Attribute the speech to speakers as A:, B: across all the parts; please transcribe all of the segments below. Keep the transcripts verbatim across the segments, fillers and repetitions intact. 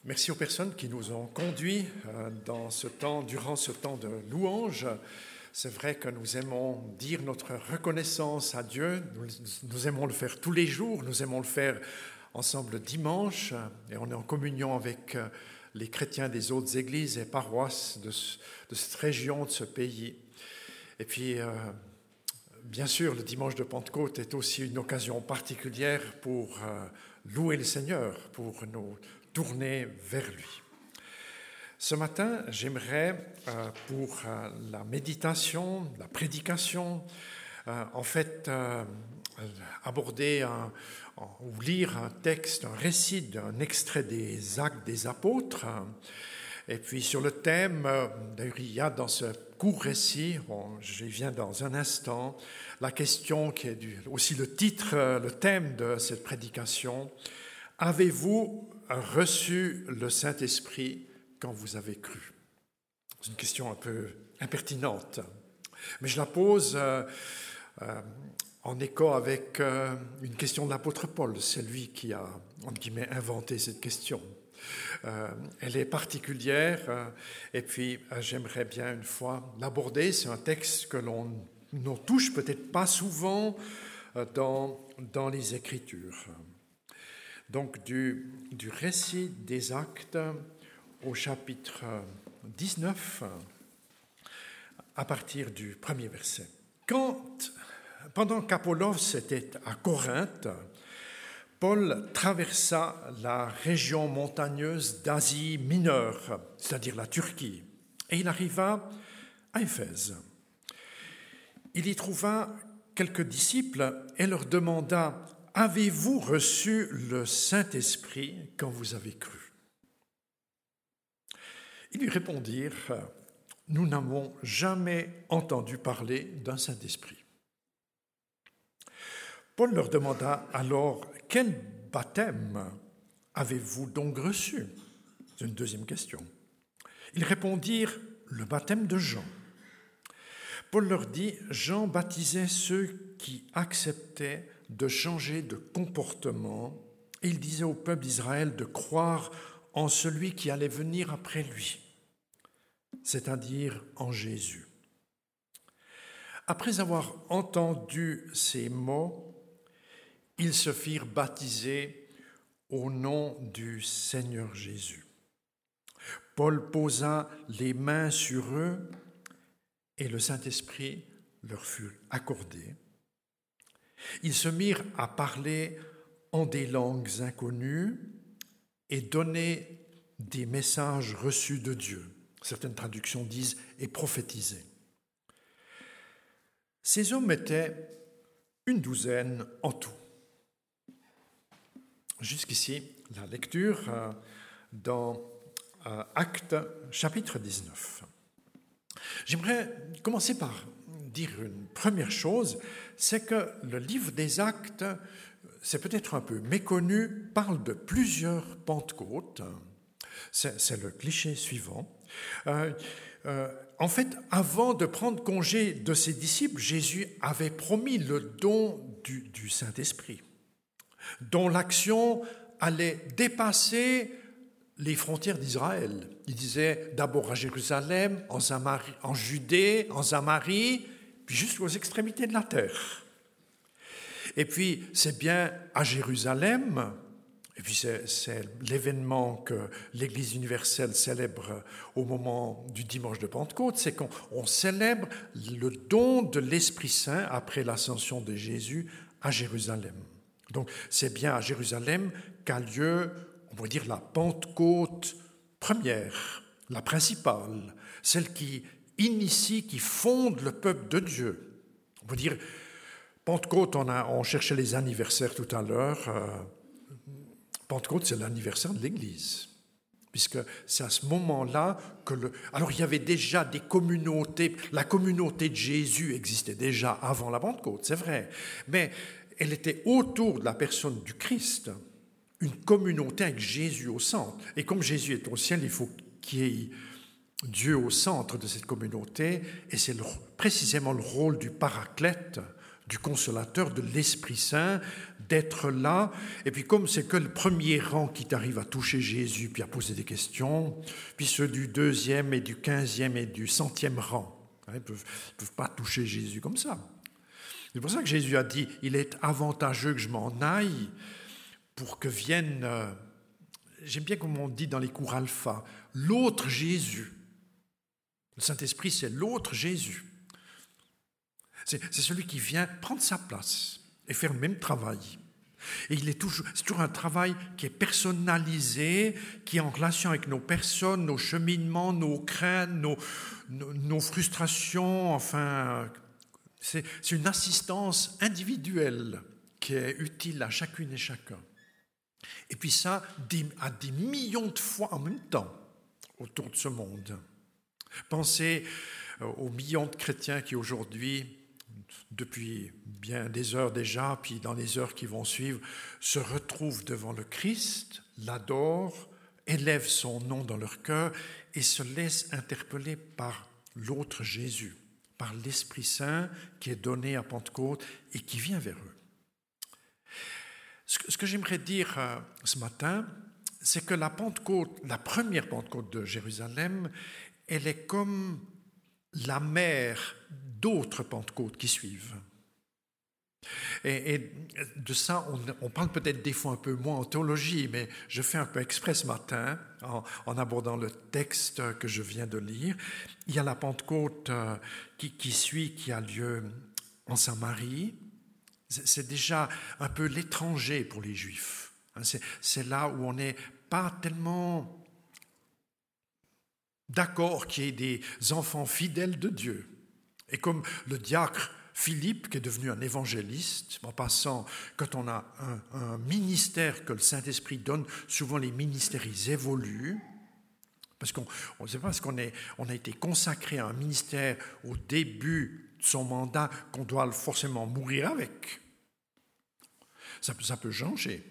A: Merci aux personnes qui nous ont conduits dans ce temps, durant ce temps de louange. C'est vrai que nous aimons dire notre reconnaissance à Dieu. Nous, nous aimons le faire tous les jours. Nous aimons le faire ensemble dimanche. Et on est en communion avec les chrétiens des autres églises et paroisses de, de cette région, de ce pays. Et puis, euh, bien sûr, le dimanche de Pentecôte est aussi une occasion particulière pour euh, louer le Seigneur, pour nous tourner vers lui. Ce matin, j'aimerais, euh, pour euh, la méditation, la prédication, euh, en fait, euh, aborder un, ou lire un texte, un récit d'un extrait des Actes des Apôtres. Et puis sur le thème, d'ailleurs il y a dans ce court récit, bon, j'y viens dans un instant, la question qui est du, aussi le titre, le thème de cette prédication, « Avez-vous reçu le Saint-Esprit quand vous avez cru ?» C'est une question un peu impertinente, mais je la pose euh, euh, en écho avec euh, une question de l'apôtre Paul, c'est lui qui a, entre guillemets, inventé cette question. Euh, elle est particulière euh, et puis euh, j'aimerais bien une fois l'aborder. C'est un texte que l'on ne touche peut-être pas souvent euh, dans, dans les Écritures. Donc du, du récit des Actes au chapitre dix-neuf, à partir du premier verset. Quand, pendant qu'Apollos était à Corinthe, Paul traversa la région montagneuse d'Asie mineure, c'est-à-dire la Turquie, et il arriva à Éphèse. Il y trouva quelques disciples et leur demanda « Avez-vous reçu le Saint-Esprit quand vous avez cru ?» Ils lui répondirent « Nous n'avons jamais entendu parler d'un Saint-Esprit. » Paul leur demanda alors « Quel baptême avez-vous donc reçu ?» C'est une deuxième question. Ils répondirent « Le baptême de Jean. » Paul leur dit « Jean baptisait ceux qui acceptaient de changer de comportement et il disait au peuple d'Israël de croire en celui qui allait venir après lui, c'est-à-dire en Jésus. » Après avoir entendu ces mots, ils se firent baptiser au nom du Seigneur Jésus. Paul posa les mains sur eux et le Saint-Esprit leur fut accordé. Ils se mirent à parler en des langues inconnues et donner des messages reçus de Dieu. Certaines traductions disent « et prophétiser ». Ces hommes étaient une douzaine en tout. Jusqu'ici, la lecture dans Actes chapitre dix-neuf. J'aimerais commencer par dire une première chose, c'est que le livre des Actes, c'est peut-être un peu méconnu, parle de plusieurs Pentecôtes. C'est, c'est le cliché suivant. Euh, euh, en fait, avant de prendre congé de ses disciples, Jésus avait promis le don du, du Saint-Esprit, dont l'action allait dépasser les frontières d'Israël. Il disait d'abord à Jérusalem, en, Samarie, en Judée, en Samarie, puis jusqu'aux extrémités de la terre. Et puis, c'est bien à Jérusalem, et puis c'est, c'est l'événement que l'Église universelle célèbre au moment du dimanche de Pentecôte, c'est qu'on on célèbre le don de l'Esprit Saint après l'ascension de Jésus à Jérusalem. Donc, c'est bien à Jérusalem qu'a lieu, on pourrait dire, la Pentecôte première, la principale, celle qui initie, qui fonde le peuple de Dieu. On peut dire, Pentecôte, on, a, on cherchait les anniversaires tout à l'heure. Euh, Pentecôte, c'est l'anniversaire de l'Église, puisque c'est à ce moment-là que le... Alors, il y avait déjà des communautés, la communauté de Jésus existait déjà avant la Pentecôte, c'est vrai, mais elle était autour de la personne du Christ, une communauté avec Jésus au centre. Et comme Jésus est au ciel, il faut qu'il y ait Dieu au centre de cette communauté, et c'est le, précisément le rôle du paraclète, du Consolateur, de l'Esprit Saint, d'être là. Et puis comme c'est que le premier rang qui t'arrive à toucher Jésus, puis à poser des questions, puis ceux du deuxième et du quinzième et du centième rang, ils ne peuvent, peuvent pas toucher Jésus comme ça. C'est pour ça que Jésus a dit, il est avantageux que je m'en aille pour que vienne, euh, j'aime bien comme on dit dans les cours alpha, l'autre Jésus. Le Saint-Esprit, c'est l'autre Jésus. C'est, c'est celui qui vient prendre sa place et faire le même travail. Et il est toujours, c'est toujours un travail qui est personnalisé, qui est en relation avec nos personnes, nos cheminements, nos craintes, nos, nos, nos frustrations. Enfin, c'est, c'est une assistance individuelle qui est utile à chacune et chacun. Et puis ça, des, à des millions de fois en même temps autour de ce monde. Pensez aux millions de chrétiens qui aujourd'hui, depuis bien des heures déjà, puis dans les heures qui vont suivre, se retrouvent devant le Christ, l'adorent, élèvent son nom dans leur cœur et se laissent interpeller par l'autre Jésus, par l'Esprit Saint qui est donné à Pentecôte et qui vient vers eux. Ce que, ce que j'aimerais dire euh, ce matin, c'est que la Pentecôte, la première Pentecôte de Jérusalem, elle est comme la mère d'autres Pentecôtes qui suivent. Et, et de ça, on, on parle peut-être des fois un peu moins en théologie, mais je fais un peu exprès ce matin en, en abordant le texte que je viens de lire. Il y a la Pentecôte euh, qui, qui suit, qui a lieu en Samarie. C'est, c'est déjà un peu l'étranger pour les Juifs. Hein, c'est, c'est là où on n'est pas tellement d'accord qu'il y ait des enfants fidèles de Dieu. Et comme le diacre Philippe, qui est devenu un évangéliste, en passant, quand on a un, un ministère que le Saint-Esprit donne, souvent les ministères, ils évoluent, parce qu'on ne sait pas parce qu'on est, on a été consacré à un ministère au début de son mandat qu'on doit forcément mourir avec. Ça, ça peut changer.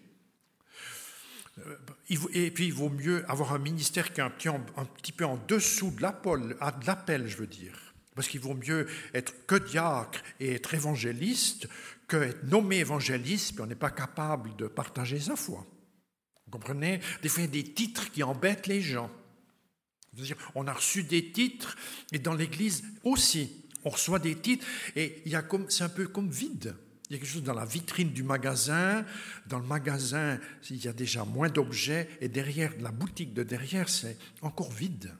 A: Et puis il vaut mieux avoir un ministère qui est un petit, un petit peu en dessous de l'appel, de l'appel, je veux dire. Parce qu'il vaut mieux être que diacre et être évangéliste que être nommé évangéliste, puis on n'est pas capable de partager sa foi. Vous comprenez? Des fois, il y a des titres qui embêtent les gens. C'est-à-dire, on a reçu des titres, et dans l'Église aussi, on reçoit des titres, et il y a comme, c'est un peu comme vide. Il y a quelque chose dans la vitrine du magasin. Dans le magasin, il y a déjà moins d'objets, et derrière, la boutique de derrière, c'est encore vide.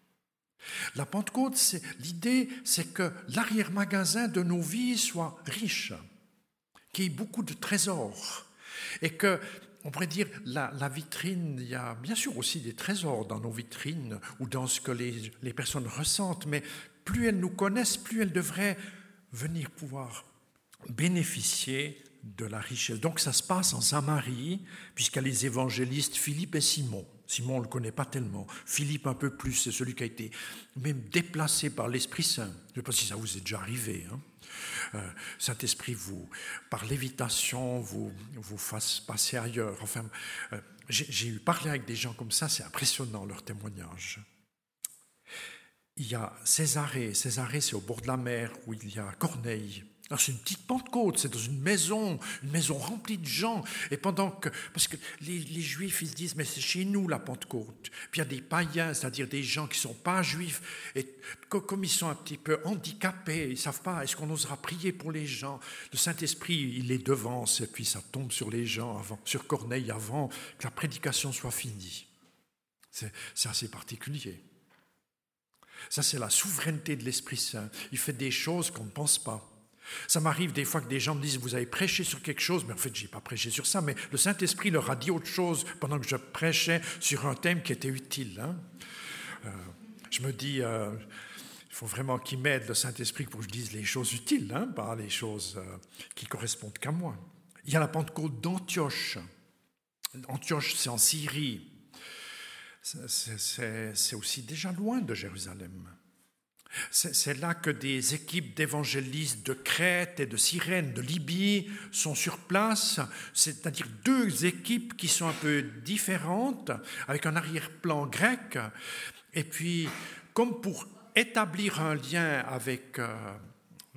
A: La Pentecôte, c'est, l'idée, c'est que l'arrière-magasin de nos vies soit riche, qu'il y ait beaucoup de trésors, et que, on pourrait dire, la, la vitrine, il y a bien sûr aussi des trésors dans nos vitrines, ou dans ce que les, les personnes ressentent, mais plus elles nous connaissent, plus elles devraient venir pouvoir bénéficier de la richesse. Donc ça se passe en Samarie, puisqu'il y a les évangélistes Philippe et Simon. Simon, on ne le connaît pas tellement. Philippe, un peu plus, c'est celui qui a été même déplacé par l'Esprit Saint. Je ne sais pas si ça vous est déjà arrivé. Hein. Euh, Saint-Esprit, vous, par lévitation, vous, vous fasse passer ailleurs. Enfin, euh, j'ai, j'ai eu parlé avec des gens comme ça, c'est impressionnant leur témoignage. Il y a Césarée. Césarée, c'est au bord de la mer, où il y a Corneille. Alors c'est une petite Pentecôte, c'est dans une maison, une maison remplie de gens. Et pendant que, parce que les, les Juifs, ils se disent, mais c'est chez nous la Pentecôte. Puis il y a des païens, c'est-à-dire des gens qui ne sont pas juifs, et comme ils sont un petit peu handicapés, ils ne savent pas, est-ce qu'on osera prier pour les gens? Le Saint-Esprit, il les devance, et puis ça tombe sur les gens, avant, sur Corneille, avant que la prédication soit finie. C'est, c'est assez particulier. Ça, c'est la souveraineté de l'Esprit Saint. Il fait des choses qu'on ne pense pas. Ça m'arrive des fois que des gens me disent « vous avez prêché sur quelque chose », mais en fait, je n'ai pas prêché sur ça, mais le Saint-Esprit leur a dit autre chose pendant que je prêchais sur un thème qui était utile. Hein. Euh, je me dis, euh, il faut vraiment qu'il m'aide, le Saint-Esprit, pour que je dise les choses utiles, hein, pas les choses euh, qui correspondent qu'à moi. Il y a la Pentecôte d'Antioche. Antioche, c'est en Syrie. C'est, c'est, c'est aussi déjà loin de Jérusalem. C'est là que des équipes d'évangélistes de Crète et de Cyrène, de Libye, sont sur place, c'est-à-dire deux équipes qui sont un peu différentes, avec un arrière-plan grec. Et puis, comme pour établir un lien avec, euh,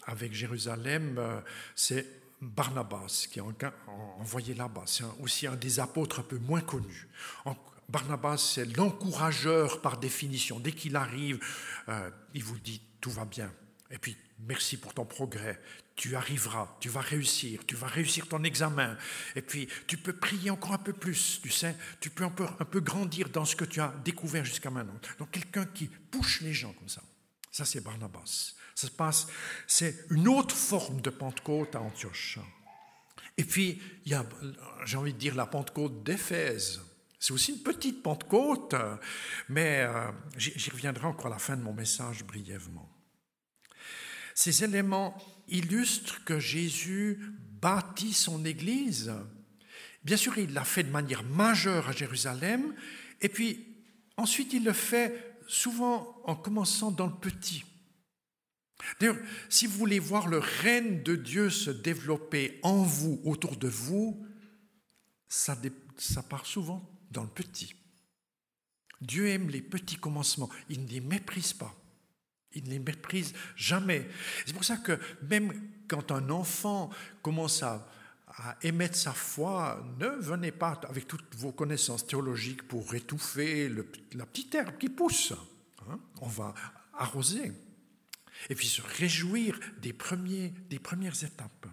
A: avec Jérusalem, euh, c'est Barnabas qui est envoyé là-bas. C'est aussi un des apôtres un peu moins connus. En, Barnabas, c'est l'encourageur par définition. Dès qu'il arrive, euh, il vous dit « tout va bien ». Et puis, merci pour ton progrès. Tu arriveras, tu vas réussir, tu vas réussir ton examen. Et puis, tu peux prier encore un peu plus, tu sais. Tu peux un peu, un peu grandir dans ce que tu as découvert jusqu'à maintenant. Donc, quelqu'un qui pousse les gens comme ça. Ça, c'est Barnabas. Ça se passe, c'est une autre forme de Pentecôte à Antioche. Et puis, il y a, j'ai envie de dire, la Pentecôte d'Éphèse. C'est aussi une petite Pentecôte, mais euh, j'y reviendrai encore à la fin de mon message brièvement. Ces éléments illustrent que Jésus bâtit son Église. Bien sûr, il l'a fait de manière majeure à Jérusalem, et puis ensuite il le fait souvent en commençant dans le petit. D'ailleurs, si vous voulez voir le règne de Dieu se développer en vous, autour de vous, ça, ça part souvent dans le petit. Dieu aime les petits commencements, il ne les méprise pas. Il ne les méprise jamais. C'est pour ça que même quand un enfant commence à, à émettre sa foi, ne venez pas avec toutes vos connaissances théologiques pour étouffer le, la petite herbe qui pousse. Hein? On va arroser. Et puis se réjouir des, premiers, des premières étapes.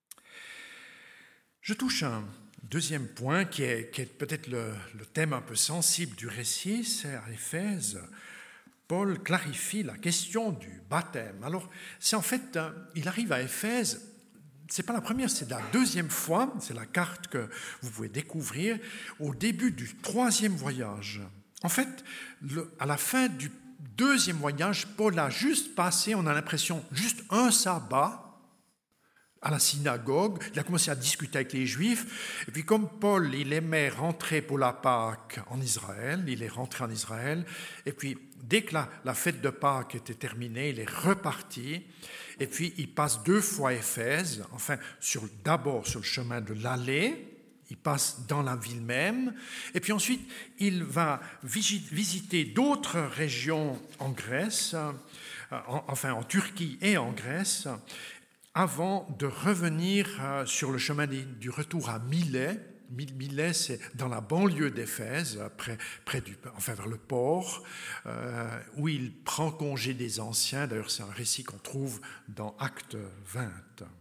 A: Je touche un deuxième point qui est, qui est peut-être le, le thème un peu sensible du récit, c'est à Éphèse. Paul clarifie la question du baptême. Alors, c'est en fait, il arrive à Éphèse, c'est pas la première, c'est la deuxième fois, c'est la carte que vous pouvez découvrir, au début du troisième voyage. En fait, le, à la fin du deuxième voyage, Paul a juste passé, on a l'impression, juste un sabbat à la synagogue. Il a commencé à discuter avec les Juifs. Et puis comme Paul, il aimait rentrer pour la Pâque en Israël, il est rentré en Israël. Et puis dès que la, la fête de Pâques était terminée, il est reparti. Et puis il passe deux fois à Éphèse, enfin sur, d'abord sur le chemin de l'aller. Il passe dans la ville même, et puis ensuite, il va visiter d'autres régions en Grèce, enfin en Turquie et en Grèce, avant de revenir sur le chemin du retour à Milet. Milet, c'est dans la banlieue d'Éphèse, près, près du, enfin vers le port, euh, où il prend congé des anciens. D'ailleurs, c'est un récit qu'on trouve dans Acte vingt.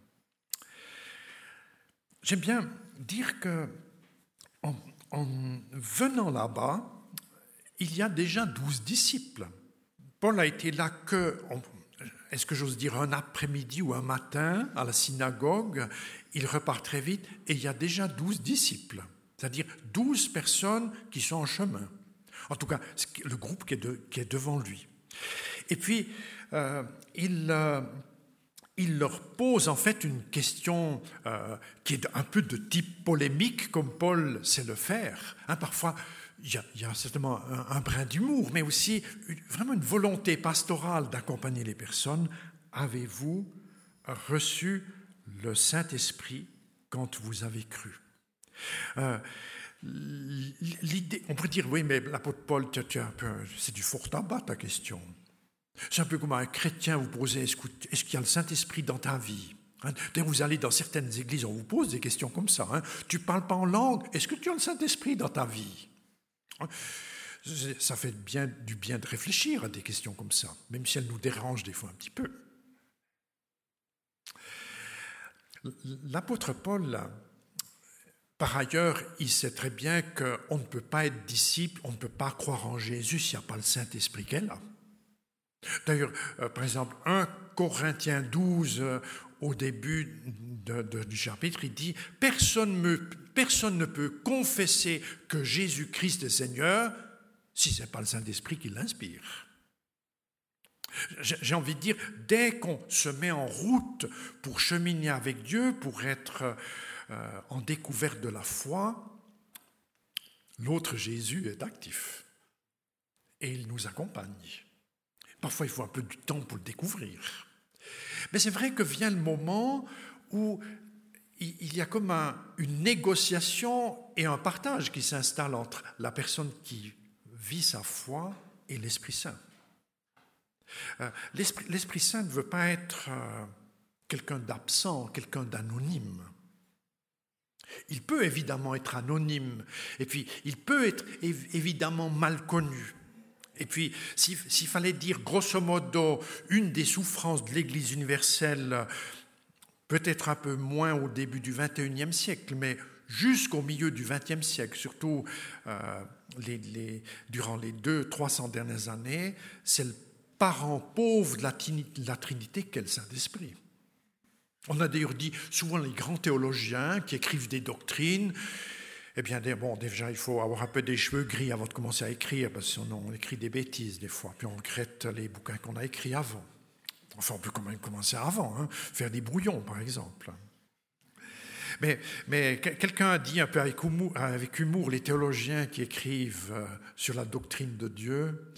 A: J'aime bien dire que en, en venant là-bas, il y a déjà douze disciples. Paul a été là que, est-ce que j'ose dire, un après-midi ou un matin à la synagogue. Il repart très vite et il y a déjà douze disciples, c'est-à-dire douze personnes qui sont en chemin. En tout cas, le groupe qui est, de, qui est devant lui. Et puis, euh, il... Euh, Il leur pose en fait une question euh, qui est un peu de type polémique, comme Paul sait le faire. Hein, parfois, il y, a, il y a certainement un, un brin d'humour, mais aussi une, vraiment une volonté pastorale d'accompagner les personnes. Avez-vous reçu le Saint-Esprit quand vous avez cru? euh, l'idée, on pourrait dire, oui, mais l'apôtre Paul, tu, tu un peu, c'est du fort tabac ta question. C'est un peu comme un chrétien vous posez, est-ce qu'il y a le Saint-Esprit dans ta vie? Hein, vous allez dans certaines églises, on vous pose des questions comme ça. Hein, tu ne parles pas en langue, est-ce que tu as le Saint-Esprit dans ta vie? Hein, ça fait bien, du bien de réfléchir à des questions comme ça, même si elles nous dérangent des fois un petit peu. L'apôtre Paul, par ailleurs, il sait très bien qu'on ne peut pas être disciple, on ne peut pas croire en Jésus s'il n'y a pas le Saint-Esprit qui est là. D'ailleurs, euh, par exemple, un Corinthiens douze, euh, au début de, de, du chapitre, il dit « Personne, me, personne ne peut confesser que Jésus-Christ est Seigneur si ce n'est pas le Saint-Esprit qui l'inspire. » J'ai envie de dire, dès qu'on se met en route pour cheminer avec Dieu, pour être euh, en découverte de la foi, l'autre Jésus est actif et il nous accompagne. Parfois, il faut un peu de temps pour le découvrir. Mais c'est vrai que vient le moment où il y a comme un, une négociation et un partage qui s'installe entre la personne qui vit sa foi et l'Esprit Saint. Euh, l'Esprit, L'Esprit Saint ne veut pas être euh, quelqu'un d'absent, quelqu'un d'anonyme. Il peut évidemment être anonyme, et puis il peut être évidemment mal connu. Et puis, s'il, s'il fallait dire grosso modo une des souffrances de l'Église universelle, peut-être un peu moins au début du vingt et unième siècle, mais jusqu'au milieu du vingtième siècle, surtout euh, les, les, durant les deux, trois cents dernières années, c'est le parent pauvre de la, de la Trinité qu'est le Saint-Esprit. On a d'ailleurs dit souvent les grands théologiens qui écrivent des doctrines, eh bien, bon, déjà, il faut avoir un peu des cheveux gris avant de commencer à écrire, parce que sinon on écrit des bêtises des fois, puis on regrette les bouquins qu'on a écrits avant. Enfin, on peut quand même commencer avant, hein, faire des brouillons, par exemple. Mais, mais quelqu'un a dit un peu avec humour, avec humour, les théologiens qui écrivent sur la doctrine de Dieu,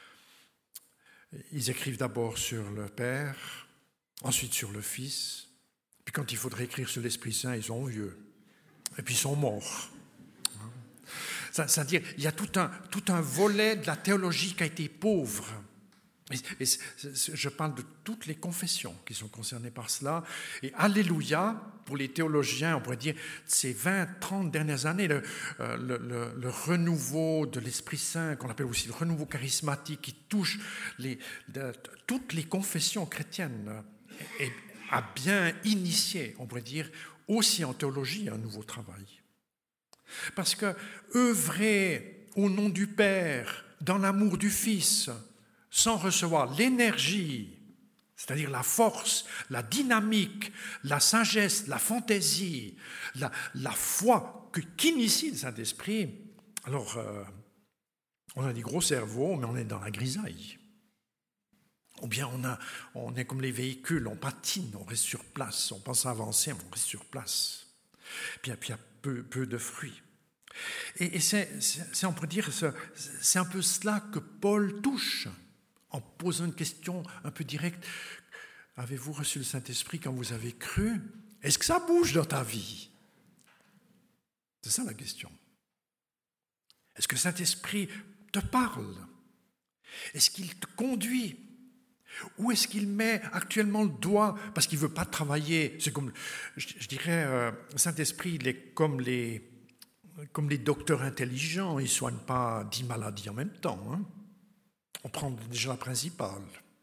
A: ils écrivent d'abord sur le Père, ensuite sur le Fils, puis quand il faudrait écrire sur l'Esprit Saint, ils sont vieux, et puis ils sont morts. C'est-à-dire, il y a tout un, tout un volet de la théologie qui a été pauvre. Et, et c'est, c'est, je parle de toutes les confessions qui sont concernées par cela. Et alléluia, pour les théologiens, on pourrait dire, ces vingt, trente dernières années, le, le, le, le renouveau de l'Esprit Saint, qu'on appelle aussi le renouveau charismatique, qui touche les, de, toutes les confessions chrétiennes, et a bien initié, on pourrait dire, aussi en théologie, un nouveau travail. Parce que œuvrer au nom du Père, dans l'amour du Fils, sans recevoir l'énergie, c'est-à-dire la force, la dynamique, la sagesse, la fantaisie, la, la foi que, qu'initie le Saint-Esprit, alors euh, on a des gros cerveaux, mais on est dans la grisaille. Ou bien on, a, on est comme les véhicules, on patine, on reste sur place, on pense avancer, mais on reste sur place. Puis, puis il y a peu, peu de fruits. Et, et c'est, c'est, on pourrait dire, c'est un peu cela que Paul touche en posant une question un peu directe. Avez-vous reçu le Saint-Esprit quand vous avez cru? Est-ce que ça bouge dans ta vie? C'est ça la question. Est-ce que le Saint-Esprit te parle? Est-ce qu'il te conduit? Où est-ce qu'il met actuellement le doigt? Parce qu'il ne veut pas travailler. C'est comme, je, je dirais, euh, le Saint-Esprit, il est comme les, comme les docteurs intelligents. Il ne soigne pas dix maladies en même temps. Hein. On prend déjà la principale.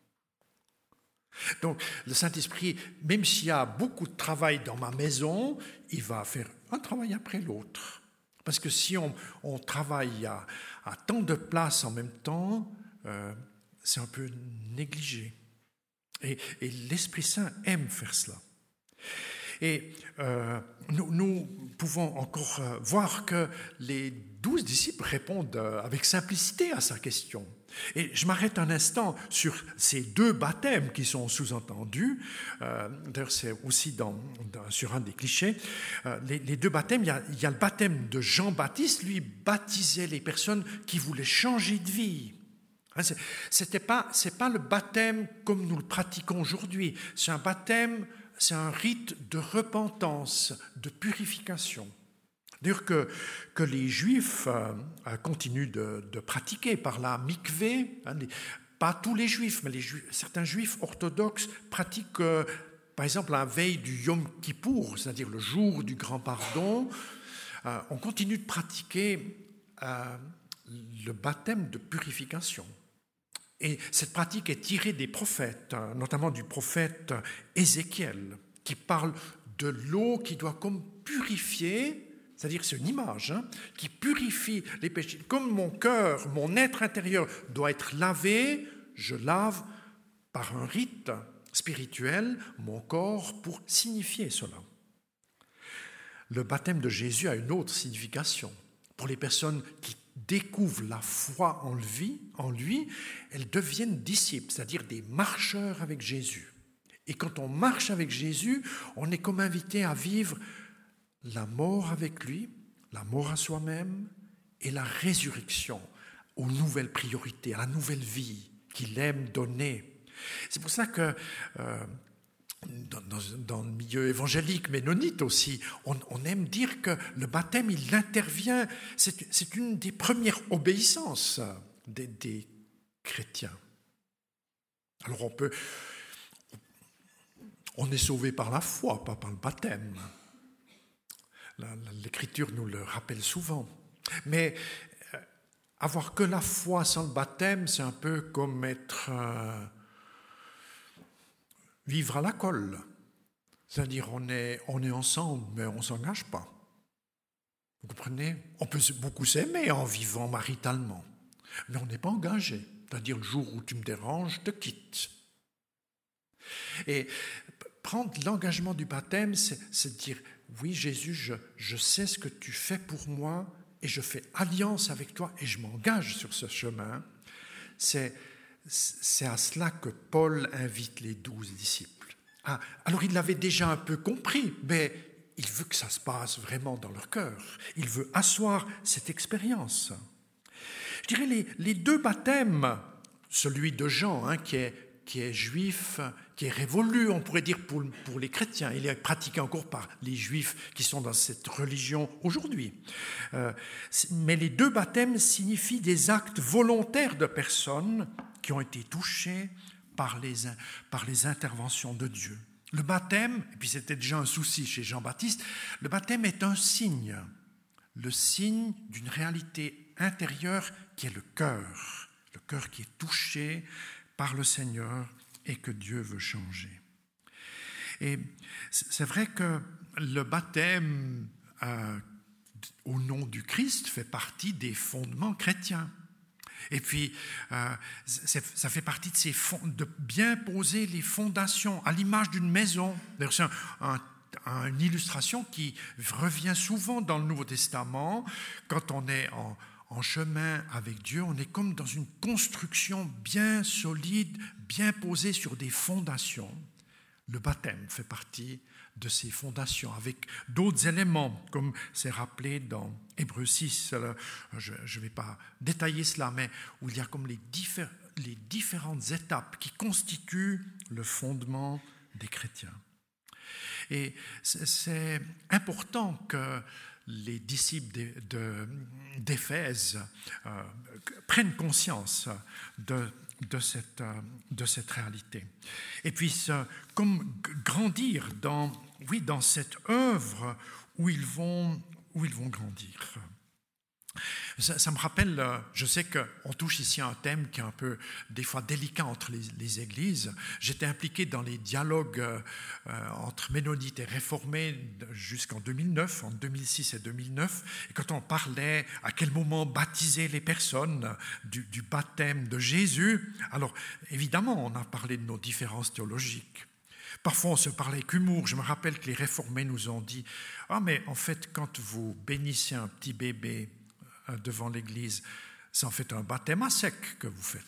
A: Donc, le Saint-Esprit, même s'il y a beaucoup de travail dans ma maison, il va faire un travail après l'autre. Parce que si on, on travaille à, à tant de places en même temps, euh, c'est un peu négligé. Et, et l'Esprit Saint aime faire cela. Et euh, nous, nous pouvons encore voir que les douze disciples répondent avec simplicité à sa question. Et je m'arrête un instant sur ces deux baptêmes qui sont sous-entendus. Euh, d'ailleurs, c'est aussi dans, dans, sur un des clichés. Euh, les, les deux baptêmes, il y, a, il y a le baptême de Jean-Baptiste, lui baptisait les personnes qui voulaient changer de vie. C'était pas, c'est pas le baptême comme nous le pratiquons aujourd'hui. C'est un baptême, c'est un rite de repentance, de purification. D'ailleurs que, que les Juifs euh, continuent de, de pratiquer par la mikvé. Hein, les, pas tous les Juifs, mais les Juifs, certains Juifs orthodoxes pratiquent, euh, par exemple, la veille du Yom Kippour, c'est-à-dire le jour du grand pardon. Euh, on continue de pratiquer euh, le baptême de purification. Et cette pratique est tirée des prophètes, notamment du prophète Ézéchiel, qui parle de l'eau qui doit comme purifier, c'est-à-dire c'est une image, hein, qui purifie les péchés. Comme mon cœur, mon être intérieur doit être lavé, je lave par un rite spirituel mon corps pour signifier cela. Le baptême de Jésus a une autre signification. Pour les personnes qui découvrent la foi en lui, en lui, elles deviennent disciples, c'est-à-dire des marcheurs avec Jésus. Et quand on marche avec Jésus, on est comme invité à vivre la mort avec lui, la mort à soi-même et la résurrection aux nouvelles priorités, à la nouvelle vie qu'il aime donner. C'est pour ça que euh, Dans, dans, dans le milieu évangélique, ménonite aussi, on, on aime dire que le baptême, il intervient, c'est, c'est une des premières obéissances des, des chrétiens. Alors on peut, On est sauvé par la foi, pas par le baptême. L'Écriture nous le rappelle souvent. Mais euh, avoir que la foi sans le baptême, c'est un peu comme être euh, vivre à la colle. C'est-à-dire on est, on est ensemble, mais on ne s'engage pas. Vous comprenez? On peut beaucoup s'aimer en vivant maritalement, mais on n'est pas engagé. C'est-à-dire le jour où tu me déranges, je te quitte. Et prendre l'engagement du baptême, c'est, c'est dire, oui Jésus, je, je sais ce que tu fais pour moi et je fais alliance avec toi et je m'engage sur ce chemin. C'est, c'est à cela que Paul invite les douze disciples. Ah, alors il l'avait déjà un peu compris, mais il veut que ça se passe vraiment dans leur cœur. Il veut asseoir cette expérience. Je dirais les, les deux baptêmes, celui de Jean, hein, qui est qui est juif, qui est révolu, on pourrait dire, pour, pour les chrétiens. Il est pratiqué encore par les juifs qui sont dans cette religion aujourd'hui. Euh, mais les deux baptêmes signifient des actes volontaires de personnes qui ont été touchées par les, par les interventions de Dieu. Le baptême, et puis c'était déjà un souci chez Jean-Baptiste, le baptême est un signe, le signe d'une réalité intérieure qui est le cœur, le cœur qui est touché par le Seigneur et que Dieu veut changer. Et c'est vrai que le baptême euh, au nom du Christ fait partie des fondements chrétiens. Et puis, euh, ça fait partie de, ces fond, de bien poser les fondations à l'image d'une maison. D'ailleurs, c'est un, un, une illustration qui revient souvent dans le Nouveau Testament quand on est en En chemin avec Dieu, on est comme dans une construction bien solide, bien posée sur des fondations. Le baptême fait partie de ces fondations, avec d'autres éléments, comme c'est rappelé dans Hébreux six. Je ne vais pas détailler cela, mais où il y a comme les, diffé- les différentes étapes qui constituent le fondement des chrétiens. Et c'est, c'est important que les disciples de, de, d'Éphèse euh, prennent conscience de, de, cette, de cette réalité et puissent comme grandir dans, oui, dans cette œuvre où ils vont, où ils vont grandir. Ça, ça me rappelle, je sais qu'on touche ici à un thème qui est un peu, des fois, délicat entre les, les églises. J'étais impliqué dans les dialogues euh, entre ménonites et réformés jusqu'en deux mille neuf, en deux mille six et deux mille neuf. Et quand on parlait à quel moment baptiser les personnes du, du baptême de Jésus, alors évidemment, on a parlé de nos différences théologiques. Parfois, on se parlait avec humour. Je me rappelle que les réformés nous ont dit « Ah, mais en fait, quand vous bénissez un petit bébé devant l'église, c'est en fait un baptême à sec que vous faites. »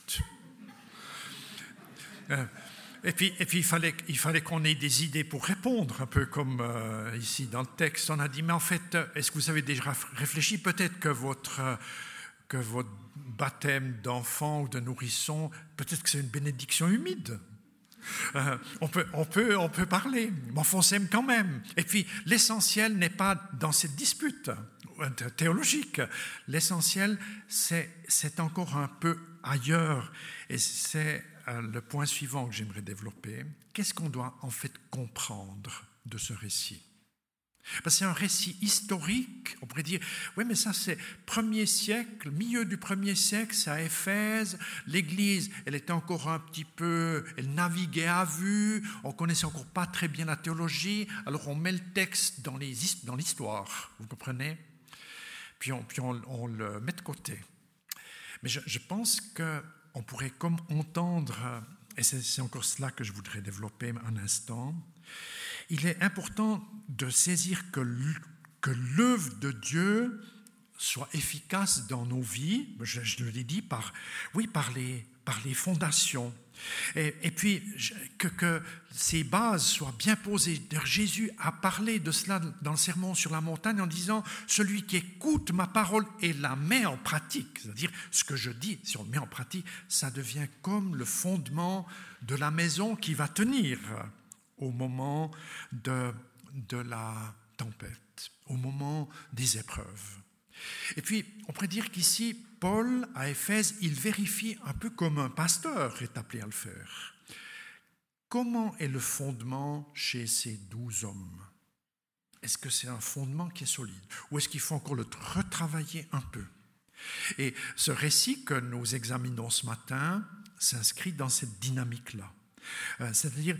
A: Et puis, et puis il fallait, il fallait qu'on ait des idées pour répondre, un peu comme euh, ici dans le texte. On a dit « Mais en fait, est-ce que vous avez déjà réfléchi peut-être que votre... que votre baptême d'enfant ou de nourrisson, peut-être que c'est une bénédiction humide. Euh, on, peut, on, peut, on peut parler, mais enfin on s'aime quand même. Et puis l'essentiel n'est pas dans cette dispute théologique. L'essentiel, c'est, c'est encore un peu ailleurs. Et c'est euh, le point suivant que j'aimerais développer. Qu'est-ce qu'on doit en fait comprendre de ce récit ? Parce que c'est un récit historique, on pourrait dire, oui mais ça c'est premier siècle, milieu du premier siècle, c'est à Éphèse, l'église elle était encore un petit peu, elle naviguait à vue, on connaissait encore pas très bien la théologie, alors on met le texte dans, les, dans l'histoire, vous comprenez ? Puis, on, puis on, on le met de côté. Mais je, je pense qu'on pourrait comme entendre, et c'est, c'est encore cela que je voudrais développer un instant, il est important de saisir que, que l'œuvre de Dieu soit efficace dans nos vies, je, je l'ai dit, par, oui, par, les, par les fondations. Et, et puis, que, que ces bases soient bien posées. Jésus a parlé de cela dans le sermon sur la montagne en disant « Celui qui écoute ma parole et la met en pratique », c'est-à-dire ce que je dis, si on le met en pratique, ça devient comme le fondement de la maison qui va tenir au moment de, de la tempête, au moment des épreuves. Et puis, on pourrait dire qu'ici, Paul, à Éphèse, il vérifie un peu comme un pasteur est appelé à le faire. Comment est le fondement chez ces douze hommes? Est-ce que c'est un fondement qui est solide ou est-ce qu'il faut encore le retravailler un peu? Et ce récit que nous examinons ce matin s'inscrit dans cette dynamique-là. Euh, c'est-à-dire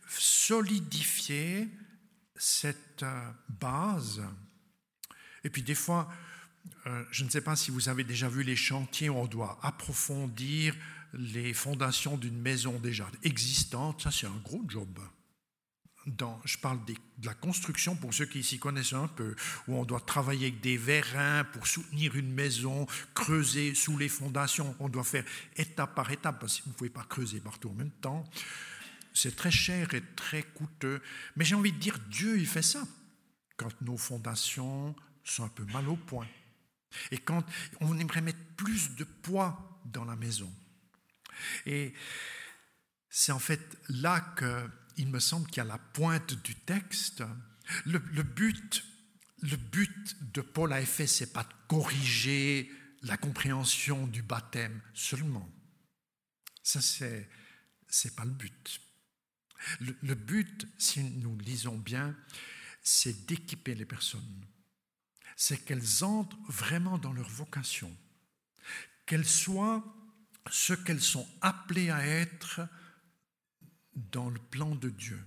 A: solidifier cette euh, base. Et puis des fois, euh, je ne sais pas si vous avez déjà vu les chantiers où on doit approfondir les fondations d'une maison déjà existante. Ça, c'est un gros job. Dans, je parle des, de la construction, pour ceux qui s'y connaissent un peu, où on doit travailler avec des vérins pour soutenir une maison, creuser sous les fondations. On doit faire étape par étape, parce que vous ne pouvez pas creuser partout en même temps. C'est très cher et très coûteux. Mais j'ai envie de dire, Dieu, il fait ça quand nos fondations sont un peu mal au point. Et quand on aimerait mettre plus de poids dans la maison. Et c'est en fait là qu'il me semble qu'il y a la pointe du texte. Le, le, but, le but de Paul à Éphèse, ce n'est pas de corriger la compréhension du baptême seulement. Ça, c'est, c'est pas le but. Le, le but, si nous lisons bien, c'est d'équiper les personnes. C'est qu'elles entrent vraiment dans leur vocation. Qu'elles soient ce qu'elles sont appelées à être dans le plan de Dieu.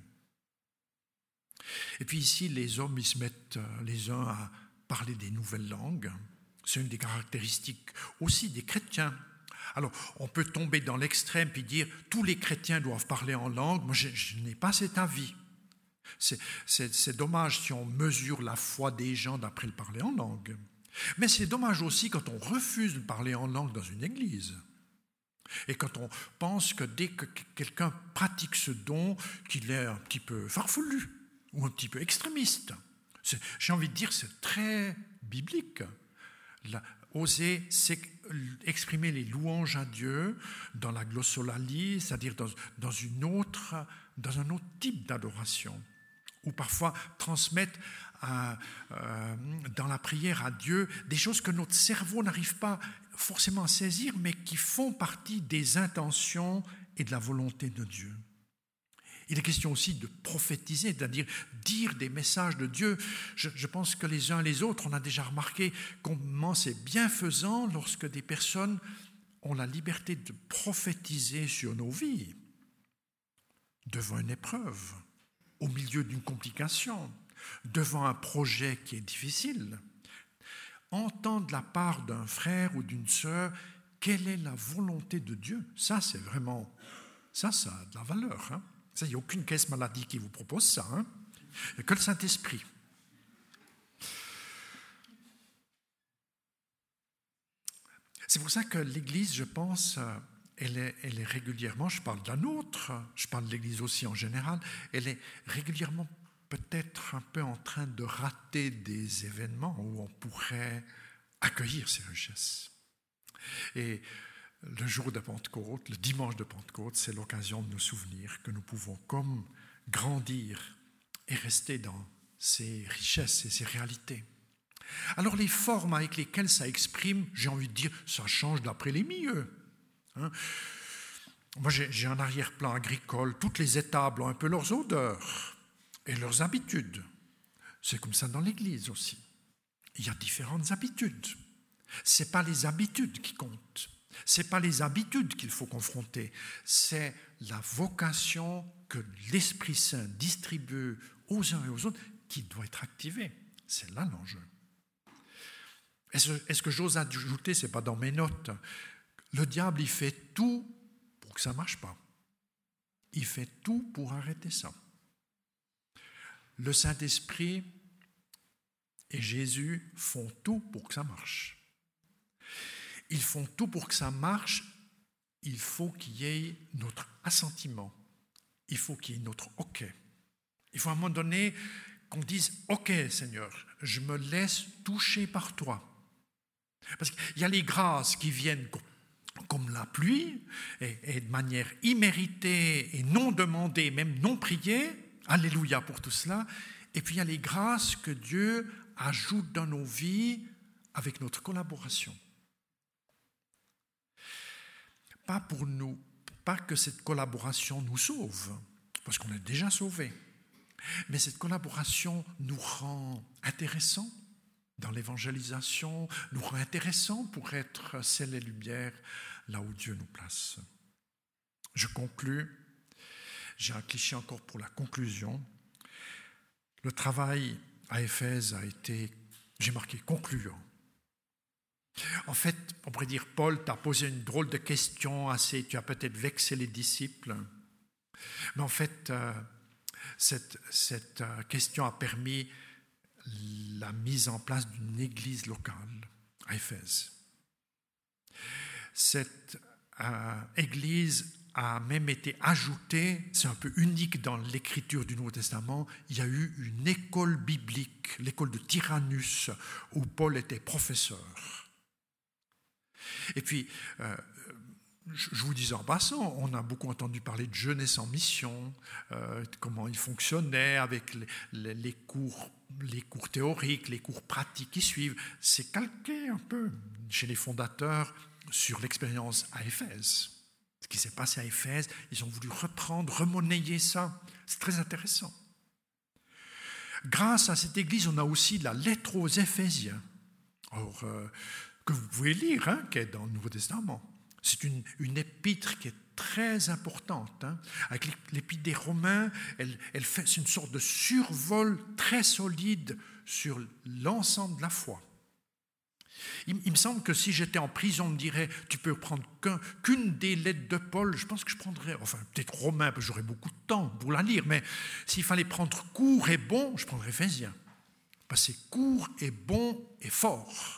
A: Et puis ici, les hommes, ils se mettent les uns à parler des nouvelles langues. C'est une des caractéristiques aussi des chrétiens. Alors, on peut tomber dans l'extrême et dire tous les chrétiens doivent parler en langue. Moi, je, je n'ai pas cet avis. C'est, c'est, c'est dommage si on mesure la foi des gens d'après le parler en langue. Mais c'est dommage aussi quand on refuse de parler en langue dans une église. Et quand on pense que dès que quelqu'un pratique ce don, qu'il est un petit peu farfelu ou un petit peu extrémiste. C'est, j'ai envie de dire, c'est très biblique. La, oser exprimer les louanges à Dieu dans la glossolalie, c'est-à-dire dans, dans, une autre, dans un autre type d'adoration. Ou parfois transmettre à, euh, dans la prière à Dieu des choses que notre cerveau n'arrive pas forcément à saisir, mais qui font partie des intentions et de la volonté de Dieu. Il est question aussi de prophétiser, c'est-à-dire dire des messages de Dieu. Je, je pense que les uns et les autres, on a déjà remarqué comment c'est bienfaisant lorsque des personnes ont la liberté de prophétiser sur nos vies, devant une épreuve, au milieu d'une complication, devant un projet qui est difficile. Entendre de la part d'un frère ou d'une sœur quelle est la volonté de Dieu, ça c'est vraiment, ça, ça a de la valeur. Hein. Ça, il n'y a aucune caisse maladie qui vous propose ça. Hein. Il n'y a que le Saint-Esprit. C'est pour ça que l'Église, je pense, elle est, elle est régulièrement, je parle de la nôtre, je parle de l'Église aussi en général, elle est régulièrement peut-être un peu en train de rater des événements où on pourrait accueillir ces richesses. Et le jour de Pentecôte, le dimanche de Pentecôte, c'est l'occasion de nous souvenir que nous pouvons comme grandir et rester dans ces richesses et ces réalités. Alors les formes avec lesquelles ça exprime, j'ai envie de dire, ça change d'après les milieux. Hein? Moi j'ai, j'ai un arrière-plan agricole, toutes les étables ont un peu leurs odeurs et leurs habitudes. C'est comme ça dans l'Église aussi. Il y a différentes habitudes. Ce n'est pas les habitudes qui comptent. Ce n'est pas les habitudes qu'il faut confronter. C'est la vocation que l'Esprit Saint distribue aux uns et aux autres qui doit être activée. C'est là l'enjeu. Est-ce, est-ce que j'ose ajouter, ce n'est pas dans mes notes, le diable, il fait tout pour que ça ne marche pas. Il fait tout pour arrêter ça. Le Saint-Esprit et Jésus font tout pour que ça marche. Ils font tout pour que ça marche. Il faut qu'il y ait notre assentiment. Il faut qu'il y ait notre OK. Il faut à un moment donné qu'on dise « OK, Seigneur, je me laisse toucher par toi. » Parce qu'il y a les grâces qui viennent comme la pluie et, et de manière imméritée et non demandée, même non priée. Alléluia pour tout cela. Et puis il y a les grâces que Dieu ajoute dans nos vies avec notre collaboration. Pas pour nous, pas que cette collaboration nous sauve, parce qu'on est déjà sauvés. Mais cette collaboration nous rend intéressants dans l'évangélisation, nous rend intéressants pour être sel et lumière là où Dieu nous place. Je conclus, j'ai un cliché encore pour la conclusion. Le travail à Éphèse a été, j'ai marqué, concluant. En fait, on pourrait dire, Paul t'a posé une drôle de question, assez, tu as peut-être vexé les disciples. Mais en fait, euh, cette, cette euh, question a permis la mise en place d'une église locale à Éphèse. Cette euh, église a même été ajoutée, c'est un peu unique dans l'écriture du Nouveau Testament, il y a eu une école biblique, l'école de Tyrannus, où Paul était professeur. Et puis, euh, je vous disais en passant, on a beaucoup entendu parler de jeunesse en mission, euh, comment il fonctionnait avec les, les, les, cours, les cours théoriques, les cours pratiques qui suivent. C'est calqué un peu chez les fondateurs sur l'expérience à Éphèse. Ce qui s'est passé à Éphèse, ils ont voulu reprendre, remonnayer ça. C'est très intéressant. Grâce à cette église, on a aussi la lettre aux Éphésiens, or, euh, que vous pouvez lire, hein, qui est dans le Nouveau Testament. C'est une, une épître qui est très importante. Hein. Avec l'épître des Romains, elle, elle fait, c'est une sorte de survol très solide sur l'ensemble de la foi. Il, il me semble que si j'étais en prison, on me dirait « tu peux prendre qu'un, qu'une des lettres de Paul », je pense que je prendrais, enfin peut-être Romain, parce que j'aurais beaucoup de temps pour la lire, mais s'il fallait prendre court et bon, je prendrais Éphésiens. Parce que c'est court et bon et fort.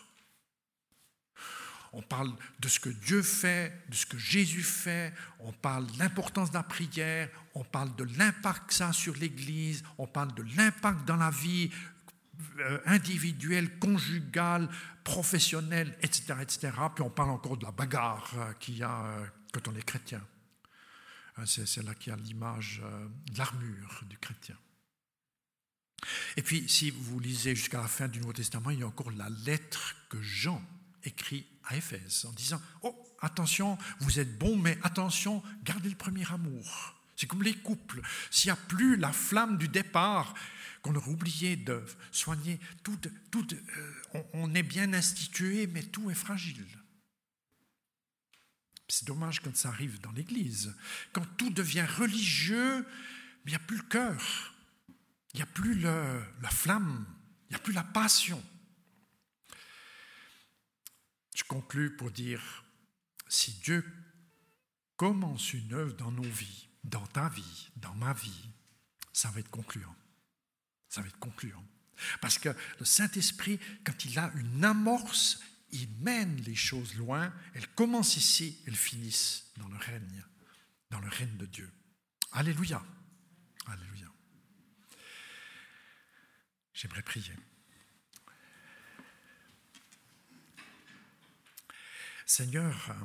A: On parle de ce que Dieu fait, de ce que Jésus fait, on parle de l'importance de la prière, on parle de l'impact que ça a sur l'Église, on parle de l'impact dans la vie individuelle, conjugale, professionnelle, et cetera, et cetera. Puis on parle encore de la bagarre qu'il y a quand on est chrétien. C'est, c'est là qu'il y a l'image de l'armure du chrétien. Et puis, si vous lisez jusqu'à la fin du Nouveau Testament, il y a encore la lettre que Jean écrit à Éphèse en disant « Oh, attention, vous êtes bons, mais attention, gardez le premier amour. » C'est comme les couples. S'il n'y a plus la flamme du départ, qu'on aurait oublié de soigner, tout, tout, euh, on, on est bien institué, mais tout est fragile. C'est dommage quand ça arrive dans l'Église. Quand tout devient religieux, il n'y a plus le cœur, il n'y a plus le, la flamme, il n'y a plus la passion. Je conclus pour dire, si Dieu commence une œuvre dans nos vies, dans ta vie, dans ma vie, ça va être concluant. Ça va être concluant. Parce que le Saint-Esprit, quand il a une amorce, il mène les choses loin. Elles commencent ici, elles finissent dans le règne, dans le règne de Dieu. Alléluia. Alléluia. J'aimerais prier. Seigneur,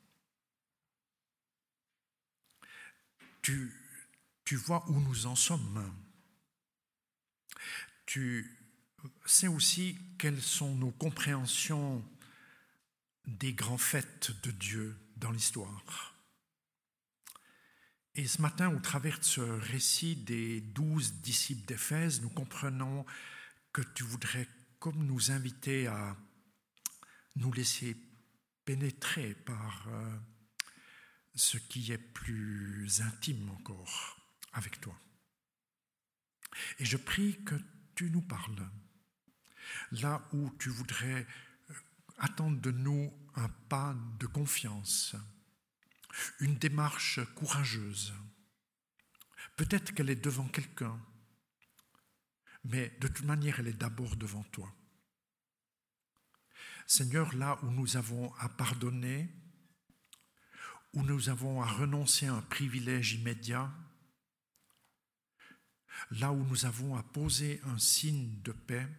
A: tu, tu vois où nous en sommes. Tu sais aussi quelles sont nos compréhensions des grands faits de Dieu dans l'histoire. Et ce matin, au travers de ce récit des douze disciples d'Éphèse, nous comprenons que tu voudrais comme nous inviter à nous laisser pénétrer par euh, ce qui est plus intime encore avec toi. Et je prie que tu nous parles, là où tu voudrais attendre de nous un pas de confiance, une démarche courageuse. Peut-être qu'elle est devant quelqu'un, mais de toute manière, elle est d'abord devant toi. Seigneur, là où nous avons à pardonner, où nous avons à renoncer à un privilège immédiat, là où nous avons à poser un signe de paix,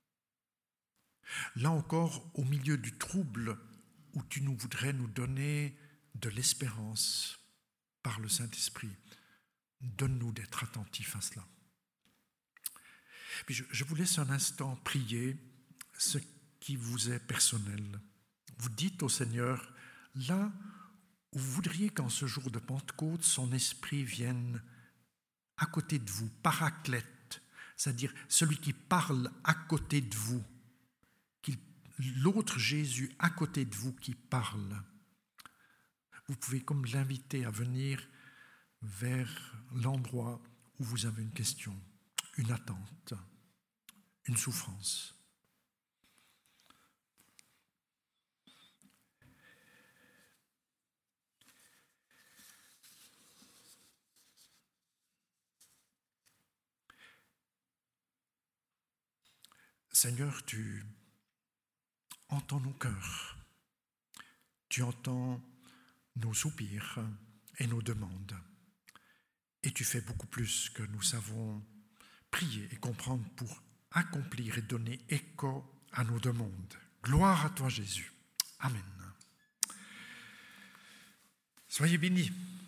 A: là encore au milieu du trouble où tu nous voudrais nous donner de l'espérance par le Saint-Esprit, donne-nous d'être attentifs à cela. Puis je, je vous laisse un instant prier ce qui vous est personnel. Vous dites au Seigneur, là où vous voudriez qu'en ce jour de Pentecôte, son esprit vienne à côté de vous, paraclète, c'est-à-dire celui qui parle à côté de vous, qu'il, l'autre Jésus à côté de vous qui parle. Vous pouvez comme l'inviter à venir vers l'endroit où vous avez une question, une attente, une souffrance. Seigneur, tu entends nos cœurs, tu entends nos soupirs et nos demandes, et tu fais beaucoup plus que nous savons prier et comprendre pour accomplir et donner écho à nos demandes. Gloire à toi, Jésus. Amen. Soyez bénis.